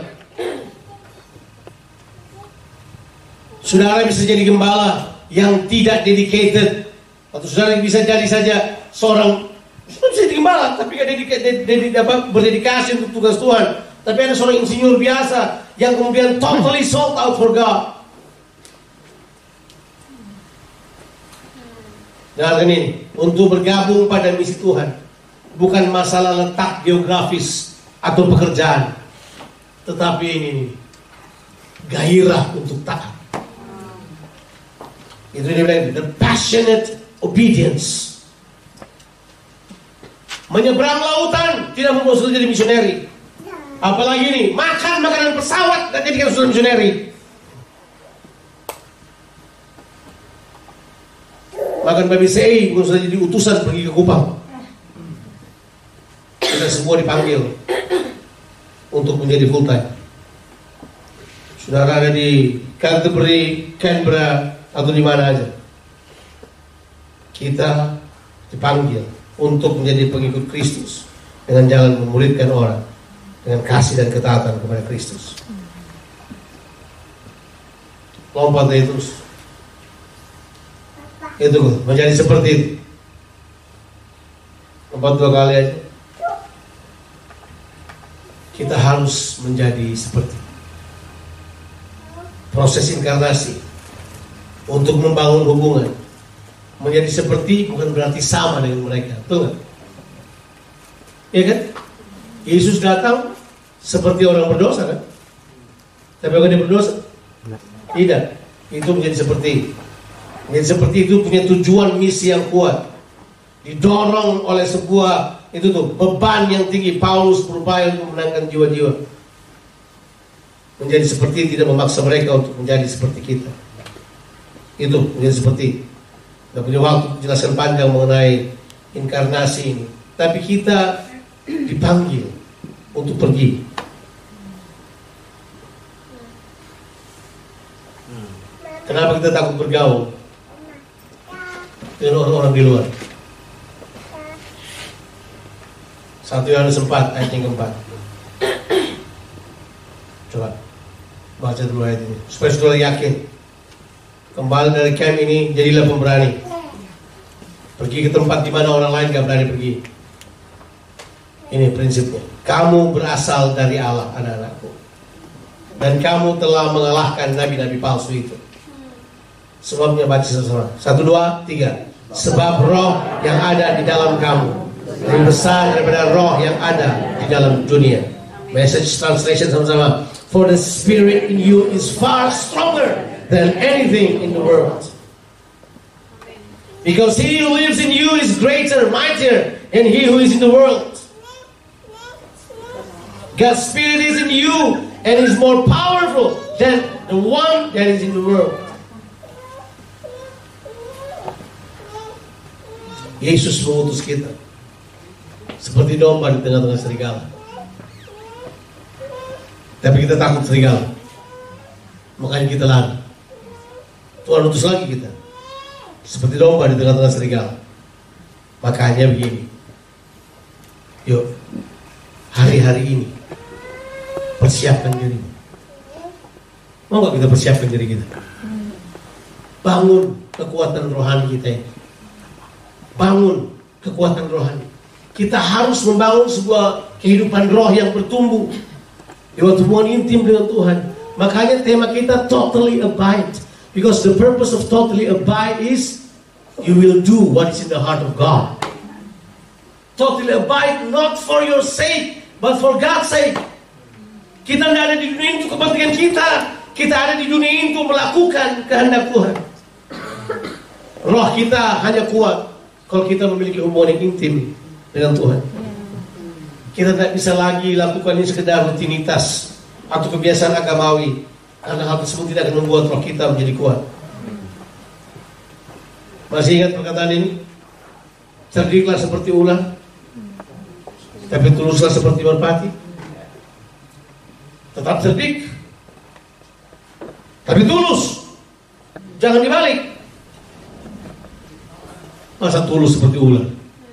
Saudara bisa jadi gembala yang tidak dedicated, atau saudara bisa jadi saja seorang bisa jadi gembala tapi gak dedikasi, berdedikasi untuk tugas Tuhan. Tapi ada seorang insinyur biasa yang kemudian totally sold out for God. Nah ini untuk bergabung pada misi Tuhan bukan masalah letak geografis atau pekerjaan, tetapi ini nih, gairah untuk taat. Itu dia bilang, the passionate obedience. Menyeberang lautan tidak membuat saudara jadi misioneri. Apalagi nih, makan makanan pesawat dan jadikan saudara misioneri. Makan babi sei bukan saudara jadi utusan pergi ke Kupang. Kita semua dipanggil untuk menjadi full time. Saudara ada di Canterbury, Canberra, atau di mana aja, kita dipanggil untuk menjadi pengikut Kristus dengan jalan memuridkan orang dengan kasih dan ketaatan kepada Kristus. Lompat itu, itu menjadi seperti itu. Lompat dua kali aja. Kita harus menjadi seperti proses inkarnasi. Untuk membangun hubungan. Menjadi seperti bukan berarti sama dengan mereka. Betul gak? Iya kan? Yesus datang seperti orang berdosa kan? Tapi kalau dia berdosa? Tidak. Itu menjadi seperti Menjadi seperti itu punya tujuan misi yang kuat. Didorong oleh sebuah itu tuh beban yang tinggi. Paulus berupaya untuk menangkan jiwa-jiwa. Menjadi seperti tidak memaksa mereka untuk menjadi seperti kita. Itu menjadi seperti. Tidak punya waktu menjelaskan panjang mengenai inkarnasi ini. Tapi kita dipanggil untuk pergi. Kenapa kita takut bergaul dengan orang-orang di luar? Satu Yohanes empat ayat yang keempat. Coba baca dulu ayat ini supaya saudara yakin. Kembali dari camp ini, jadilah pemberani. Pergi ke tempat di mana orang lain gak berani pergi. Ini prinsipnya. Kamu berasal dari Allah, anak-anakku. Dan kamu telah mengalahkan nabi-nabi palsu itu. Sebabnya baca sama-sama. Satu, dua, tiga. Sebab roh yang ada di dalam kamu lebih besar daripada roh yang ada di dalam dunia. Message translation sama-sama. For the spirit in you is far stronger than anything in the world. Because he who lives in you is greater, mightier than he who is in the world. God's spirit is in you and is more powerful than the one that is in the world. Yesus mengutus kita seperti domba di tengah-tengah serigala. Tapi kita takut serigala, makanya kita lari. Tuhan utus lagi kita seperti domba di tengah-tengah serigala. Makanya begini, Yuk, hari-hari ini persiapkan diri. Mau gak kita persiapkan diri kita? Bangun kekuatan rohani kita ini. Bangun kekuatan rohani. Kita harus membangun sebuah kehidupan roh yang bertumbuh lewat hubungan intim dengan Tuhan. Makanya tema kita totally abide. Because the purpose of totally abide is you will do what is in the heart of God. Totally abide not for your sake, but for God's sake. Kita tidak ada di dunia ini untuk kepentingan kita. Kita ada di dunia ini untuk melakukan kehendak Tuhan. Roh kita hanya kuat kalau kita memiliki hubungan yang intim dengan Tuhan. Kita tidak bisa lagi lakukan ini sekedar rutinitas atau kebiasaan agamawi, karena hal tersebut tidak akan membuat roh kita menjadi kuat. Masih ingat perkataan ini? Cerdiklah seperti ular, tapi tuluslah seperti merpati. Tetap cerdik, tapi tulus. Jangan dibalik. Masa tulus seperti ular?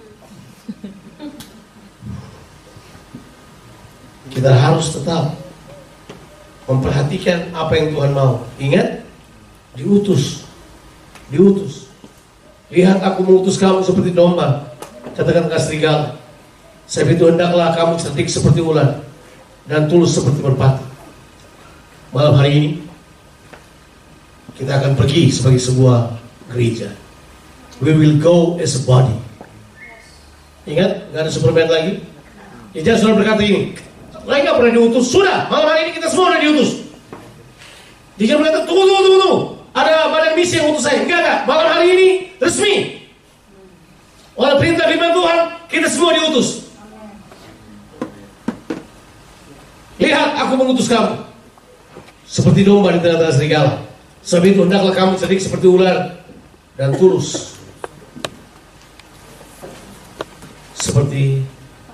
Kita harus tetap memperhatikan apa yang Tuhan mau. Ingat, diutus, diutus. Lihat, aku mengutus kamu seperti domba, katakan ke serigala. Sebab itu hendaklah kamu cerdik seperti ular dan tulus seperti merpati. Malam hari ini kita akan pergi sebagai sebuah gereja. We will go as a body. Ingat, gak ada Superman lagi. Ya, jangan saudara berkata ini, lagi gak pernah diutus. Sudah, malam hari ini kita semua sudah diutus. Dia jangan berkata, tunggu, tunggu, tunggu, tunggu. Ada badan misi yang utus saya. Enggak, enggak, malam hari ini resmi. Oleh perintah firman Tuhan, kita semua diutus. Lihat, aku mengutus kamu seperti domba di tengah-tengah serigala. Sebab itu hendaklah kamu cerdik seperti ular dan tulus seperti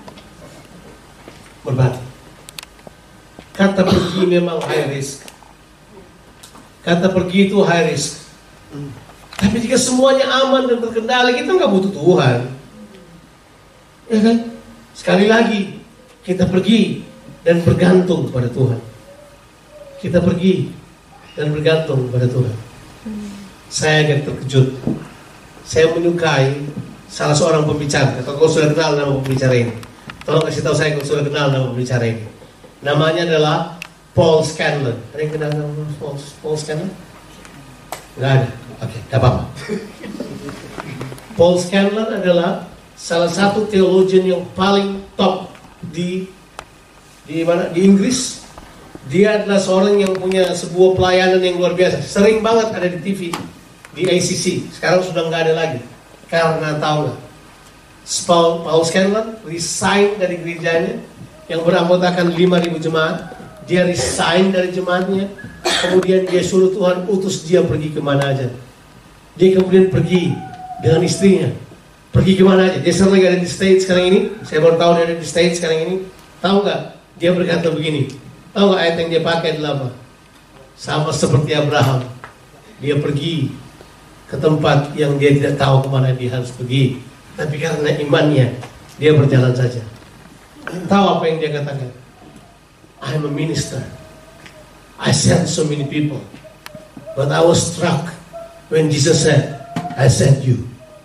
merpati. Kata pergi memang high risk. Kata pergi itu high risk. Tapi jika semuanya aman dan terkendali, kita nggak butuh Tuhan. Ya kan? Sekali lagi, kita pergi dan bergantung pada Tuhan. Kita pergi dan bergantung pada Tuhan. Saya agak terkejut. Saya menyukai salah seorang pembicara. Kalau kau sudah kenal nama pembicara ini, tolong kasih tahu saya kalau sudah kenal nama pembicara ini. Namanya adalah Paul Scanlon. Ada yang kenal nama Paul, Paul Scanlon? Nggak ada. Oke, okay, nggak apa-apa. Paul Scanlon adalah salah satu theologian yang paling top di di mana? Di Inggris. Dia adalah seorang yang punya sebuah pelayanan yang luar biasa. Sering banget ada di T V, di A C C. Sekarang sudah nggak ada lagi. Karena tahu nggak? Paul, Paul Scanlon resign dari gerejanya yang beranggotakan lima ribu jemaat. Dia resign dari jemaatnya. Kemudian dia suruh Tuhan utus dia pergi kemana aja. Dia kemudian pergi dengan istrinya. Pergi kemana aja. Dia sering lagi ada di States sekarang ini. Saya baru tahu dia ada di States sekarang ini. Tahu nggak? Dia berkata begini. Tahu nggak ayat yang dia pakai adalah apa? Sama seperti Abraham. Dia pergi ke tempat yang dia tidak tahu kemana dia harus pergi. Tapi karena imannya, dia berjalan saja. Tahu apa yang dia katakan? I'm a minister. I sent so many people. But I was struck when Jesus said, I sent you.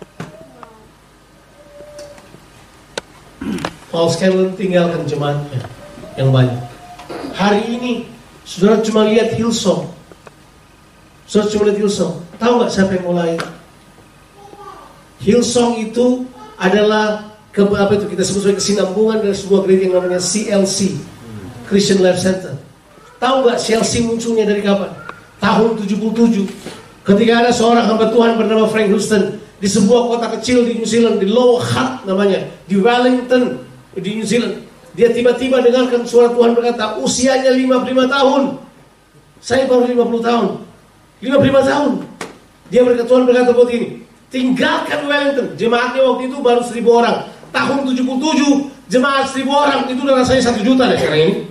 Paul Scanlon tinggalkan jemaatnya yang banyak. Hari ini, saudara cuma lihat Hillsong. Saudara cuma lihat Hillsong. Tahu nggak siapa yang mulai? Hillsong itu adalah ke, apa itu kita sebut sebagai kesinambungan dari sebuah gereja yang namanya C L C, Christian Life Center. Tahu nggak C L C munculnya dari kapan? Tahun tujuh puluh tujuh. Ketika ada seorang hamba Tuhan bernama Frank Houston di sebuah kota kecil di New Zealand, di Lower Hutt namanya, di Wellington, di New Zealand. Dia tiba-tiba dengarkan suara Tuhan berkata, usianya lima puluh lima tahun. Saya baru lima puluh tahun. lima puluh lima tahun. Dia berkata, Tuhan berkata buat ini, tinggalkan Wellington. Jemaatnya waktu itu baru seribu orang. Tahun tujuh puluh tujuh, jemaat seribu orang. Itu udah rasanya satu juta deh sekarang ini.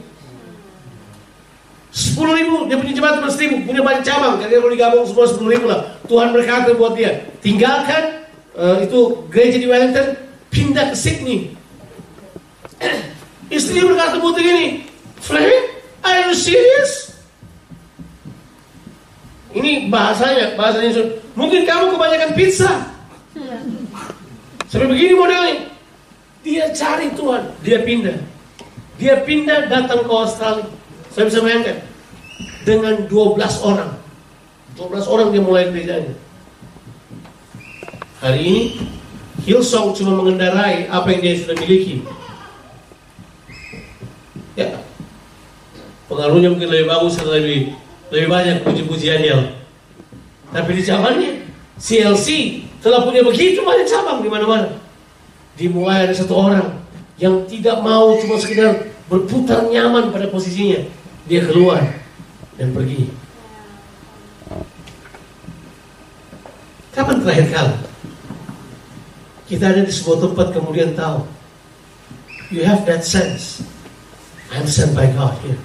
Sepuluh ribu, dia punya jemaat cuma seribu. Punya banyak cabang, karena kalau digabung semua sepuluh ribu lah. Tuhan berkata buat dia, tinggalkan uh, itu gereja di Wellington, pindah ke Sydney. Istri berkata begini, Frank, are you serious? Ini bahasanya, bahasanya mungkin kamu kebanyakan pizza. Sampai begini modelnya. Dia cari Tuhan, dia pindah. Dia pindah datang ke Australia. Saya bisa bayangkan. Dengan dua belas orang. dua belas orang dia mulai gerejanya. Hari ini Hillsong cuma mengendarai apa yang dia sudah miliki. Ya, pengaruhnya mungkin lebih bagus atau lebih lebih banyak puji-pujiannya. Tapi di zamannya C L C telah punya begitu banyak cabang di mana-mana. Dimulai ada satu orang yang tidak mau cuma sekedar berputar nyaman pada posisinya, dia keluar dan pergi. Kapan terakhir kali kita ada di sebuah tempat kemudian tahu, you have that sense, I'm sent by God here.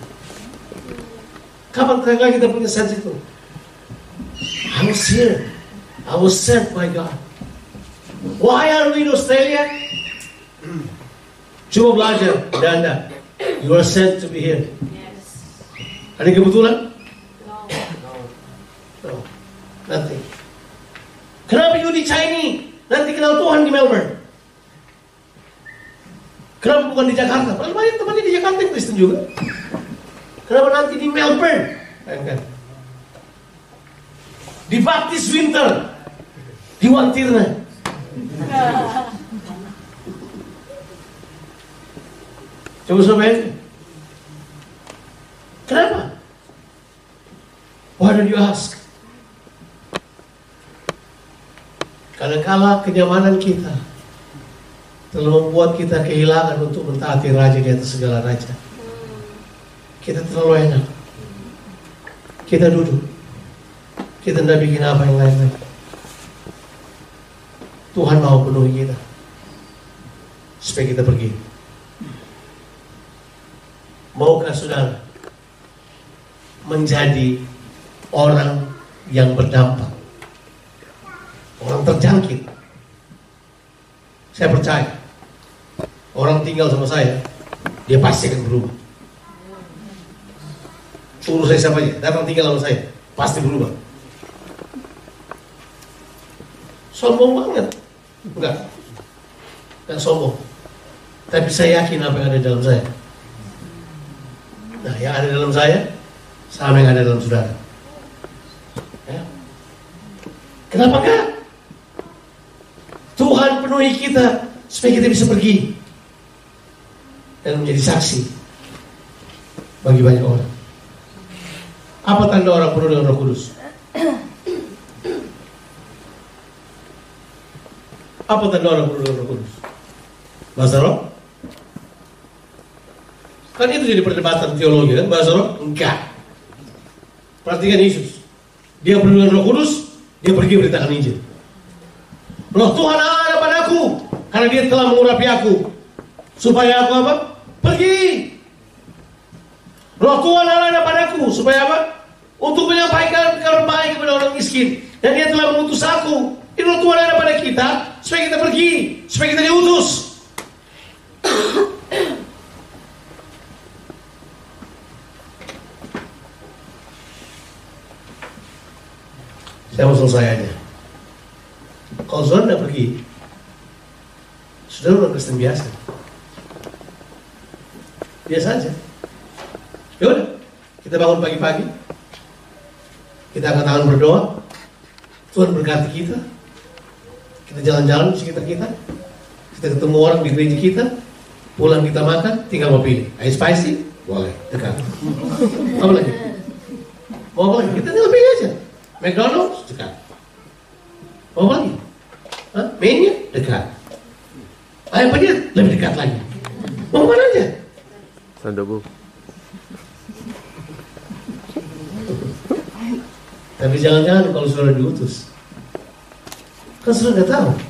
Kapan terakhir kali kita punya sense itu? I was here, I was sent by God. Why are we in Australia? Cuma belajar, Anda, you are sent to be here. Yes. Ada kebetulan? No. No, nothing. Kenapa you di China nanti kenal Tuhan di Melbourne? Kenapa bukan di Jakarta? Padahal banyak temannya di Jakarta yang Kristen juga. Kenapa nanti di Melbourne? Kan? Di Baptist Winter, di Wantirna. Coba sampai. Kenapa? Why don't you ask? Kadang-kala kenyamanan kita telah membuat kita kehilangan untuk mentaati Raja di atas segala raja. Kita terlalu enak. Kita duduk. Kita tidak bikin apa yang lain-lain. Tuhan mau penuhi kita supaya kita pergi. Maukah saudara menjadi orang yang berdampak, orang terjangkit? Saya percaya orang tinggal sama saya, dia pasti akan berubah. Suruh saya siapa aja, datang tinggal sama saya, pasti berubah. Sombong banget? Enggak, enggak sombong. Tapi saya yakin apa yang ada dalam saya. Nah, yang ada dalam saya sama yang ada dalam saudara. Ya. Kenapa enggak? Tuhan penuhi kita supaya kita bisa pergi dan menjadi saksi bagi banyak orang. Apa tanda orang penuh dengan Roh Kudus? Apa tanda orang penuh dengan Roh Kudus? Bahasa roh? Kan itu jadi perdebatan teologi kan, bahasa roh? Enggak. Perhatikan Yesus. Dia penuh dengan Roh Kudus, dia pergi beritakan Injil. Roh Tuhan Allah ada padaku, karena dia telah mengurapi aku, supaya aku apa? Pergi. Roh Tuhan Allah ada padaku, supaya apa? Untuk menyampaikan kabar baik kepada orang miskin. Dan dia telah mengutus aku. Ini Roh Tuhan ada pada kita, supaya kita pergi, supaya kita diutus. Saya mau selesai aja. Kalau saudara tidak pergi, saudara orang Kristen biasa. Biasa aja. Ya udah, kita bangun pagi-pagi, kita angkat tangan berdoa, Tuhan berkati kita, kita jalan-jalan di sekitar kita, kita ketemu orang di gereja kita, pulang kita makan, tinggal mau pilih. Ice spicy? Boleh, dekat. Apa lagi? Mau apa lagi? Kita tinggal pilih aja. McDonald's? Dekat. Mau apa lagi? Hah? Mainnya? Dekat. Ayam penyet? Lebih dekat lagi. Mau mana aja? Sandobu. Tapi jangan-jangan kalau saudara diutus, kan saudara nggak tahu.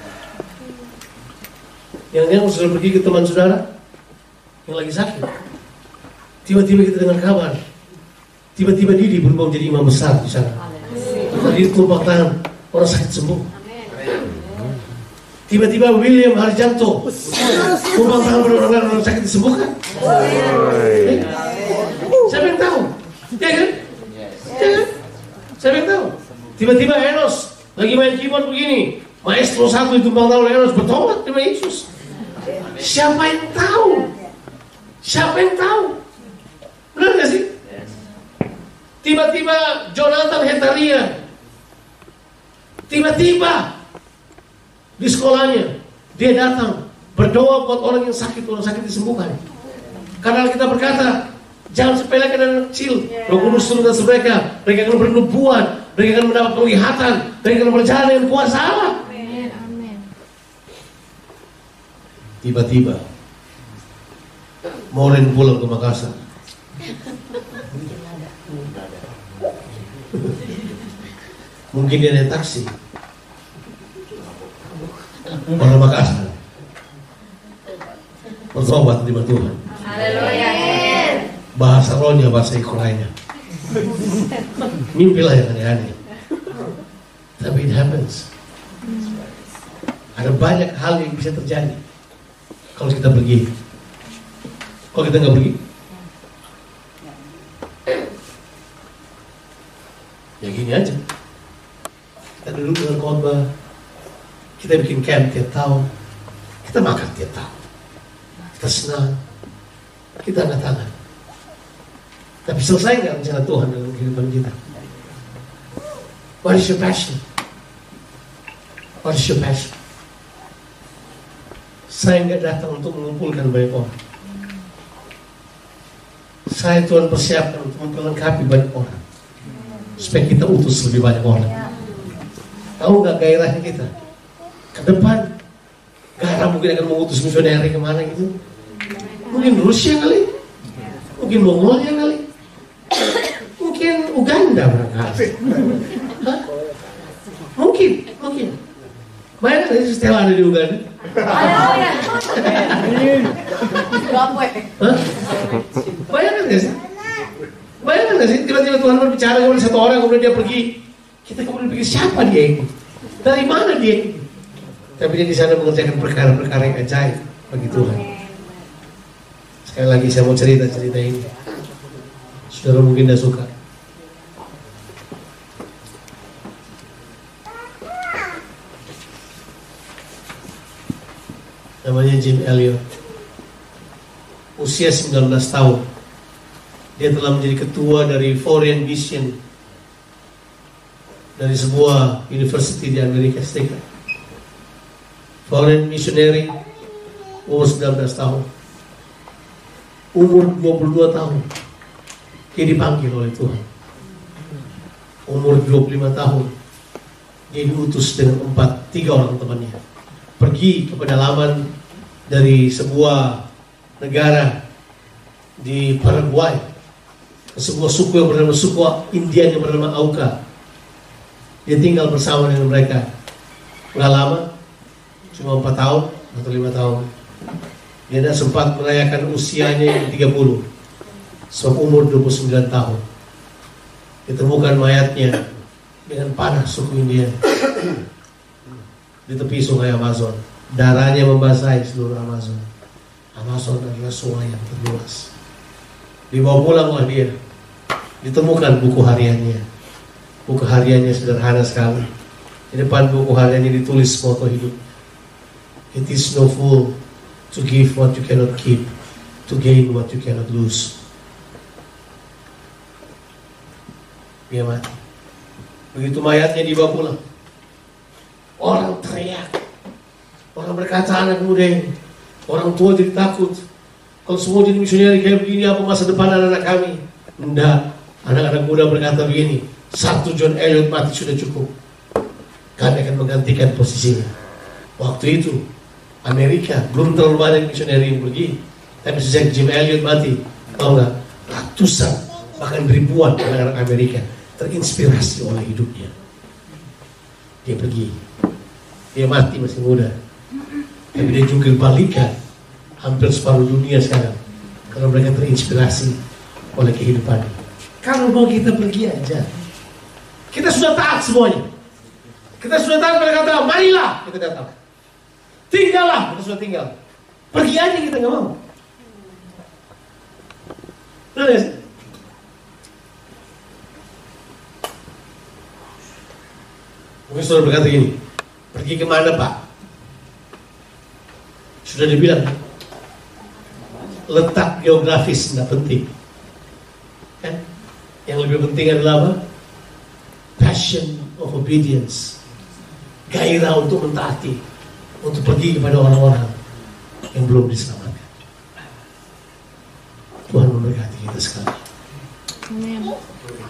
Yang-yang saudara pergi ke teman saudara yang lagi sakit, tiba-tiba kita dengar kabar, tiba-tiba Didi berubah menjadi imam besar di sana. Tadi tumpak tangan, orang sakit sembuh. Tiba-tiba William Harjanto tumpang tangan benar-benar orang sakit disembuhkan. Eh? Siapa yang tahu? Ya kan? Ya kan? Siapa yang tahu? Tiba-tiba Enos lagi main keyboard begini, maestro satu ditumpang tangan oleh Enos bertobat terima Yesus. Siapa yang tahu? Siapa yang tahu? Benar gak sih? Tiba-tiba Jonathan Hetalia, tiba-tiba di sekolahnya dia datang berdoa buat orang yang sakit, orang sakit disembuhkan. Karena kita berkata, jangan sepelekan anak kecil. Roh Kudus turun atas mereka, mereka akan bernubuat, mereka akan mendapat penglihatan, mereka akan berjalan dengan kuasa Allah. Amin. Amin. Tiba-tiba Moren pulang ke Makassar. Mungkin dia naik taksi. Orang Makassar bertobat terima Tuhan. Haleluya. Bahasa rohnya bahasa Ukraina. Mimpilah yang aneh-aneh. Tapi it happens. Ada banyak hal yang bisa terjadi kalau kita pergi. Kalau kita nggak pergi, ya gini aja. Kita duduk dengan khotbah, kita bikin camp tiap tahun, kita makan tiap tahun, kita senang, kita angkat tangan. Tapi selesai nggak rencana Tuhan dalam kehidupan kita? What is your passion? What is your passion? Saya nggak datang untuk mengumpulkan banyak orang. Saya Tuhan persiapkan untuk memperlengkapi banyak orang, supaya kita utus lebih banyak orang. Tahu nggak gairahnya kita? Ke depan, Gara mungkin akan mengutus misioneri kemana gitu. Mungkin Rusia kali, mungkin Mongolia kali, mungkin Uganda barangkali. Hah? Mungkin, mungkin. Bayangkan aja Stella ada di Uganda. Haleluya. Hah? Bayangkan gak sih? Bayangkan gak sih? Tiba-tiba Tuhan berbicara kepada satu orang, kemudian dia pergi. Kita kemudian pikir siapa dia ini? Dari mana dia ini? Tapi dia di sana mengerjakan perkara-perkara yang ajaib bagi Tuhan. Sekali lagi saya mau cerita-cerita ini. Saudara mungkin dah suka. Namanya Jim Elliot. Usia sembilan belas tahun. Dia telah menjadi ketua dari Foreign Mission dari sebuah university di Amerika Serikat. Foreign Missionary, umur sembilan belas tahun. Umur dua puluh dua tahun dia dipanggil oleh Tuhan. Umur dua puluh lima tahun dia diutus dengan empat, tiga orang temannya pergi ke pedalaman dari sebuah negara di Paraguay, sebuah suku yang bernama suku Indian yang bernama Auca. Dia tinggal bersama dengan mereka. Nggak lama, cuma empat tahun atau lima tahun. Dia tidak sempat merayakan usianya yang tiga puluh. Sebab umur dua puluh sembilan tahun ditemukan mayatnya dengan panah suku India di tepi sungai Amazon. Darahnya membasahi seluruh Amazon. Amazon adalah sungai yang terluas. Dibawa pulanglah dia. Ditemukan buku hariannya. Buku hariannya sederhana sekali. Di depan buku hariannya ditulis moto hidup. It is no fool to give what you cannot keep, to gain what you cannot lose. Dia mati. Begitu mayatnya dibawa pulang, orang teriak. Orang berkata, anak muda ini, orang tua jadi takut. Kalau semua jadi misioneri kayak begini, apa masa depan anak-anak kami? Enggak. Anak-anak muda berkata begini, satu John Elliot mati sudah cukup. Kami akan menggantikan posisinya. Waktu itu Amerika belum terlalu banyak misioneri yang pergi. Tapi sejak Jim Elliot mati, tahu nggak? Ratusan bahkan ribuan anak-anak Amerika terinspirasi oleh hidupnya. Dia pergi, dia mati masih muda, tapi dia jungkir balikan hampir separuh dunia sekarang karena mereka terinspirasi oleh kehidupannya. Kalau mau kita pergi aja, kita sudah taat semuanya. Kita sudah taat, mereka kata, marilah kita datang. tinggallah, kita sudah tinggal. Pergi aja kita nggak mau. Benar ya? Mungkin saudara berkata gini, pergi kemana Pak? Sudah dibilang, letak geografis tidak penting. Kan? Yang lebih penting adalah apa? Passion of obedience, gairah untuk mentaati, untuk pergi kepada orang-orang yang belum diselamatkan. Tuhan memberkati kita sekali. Amin.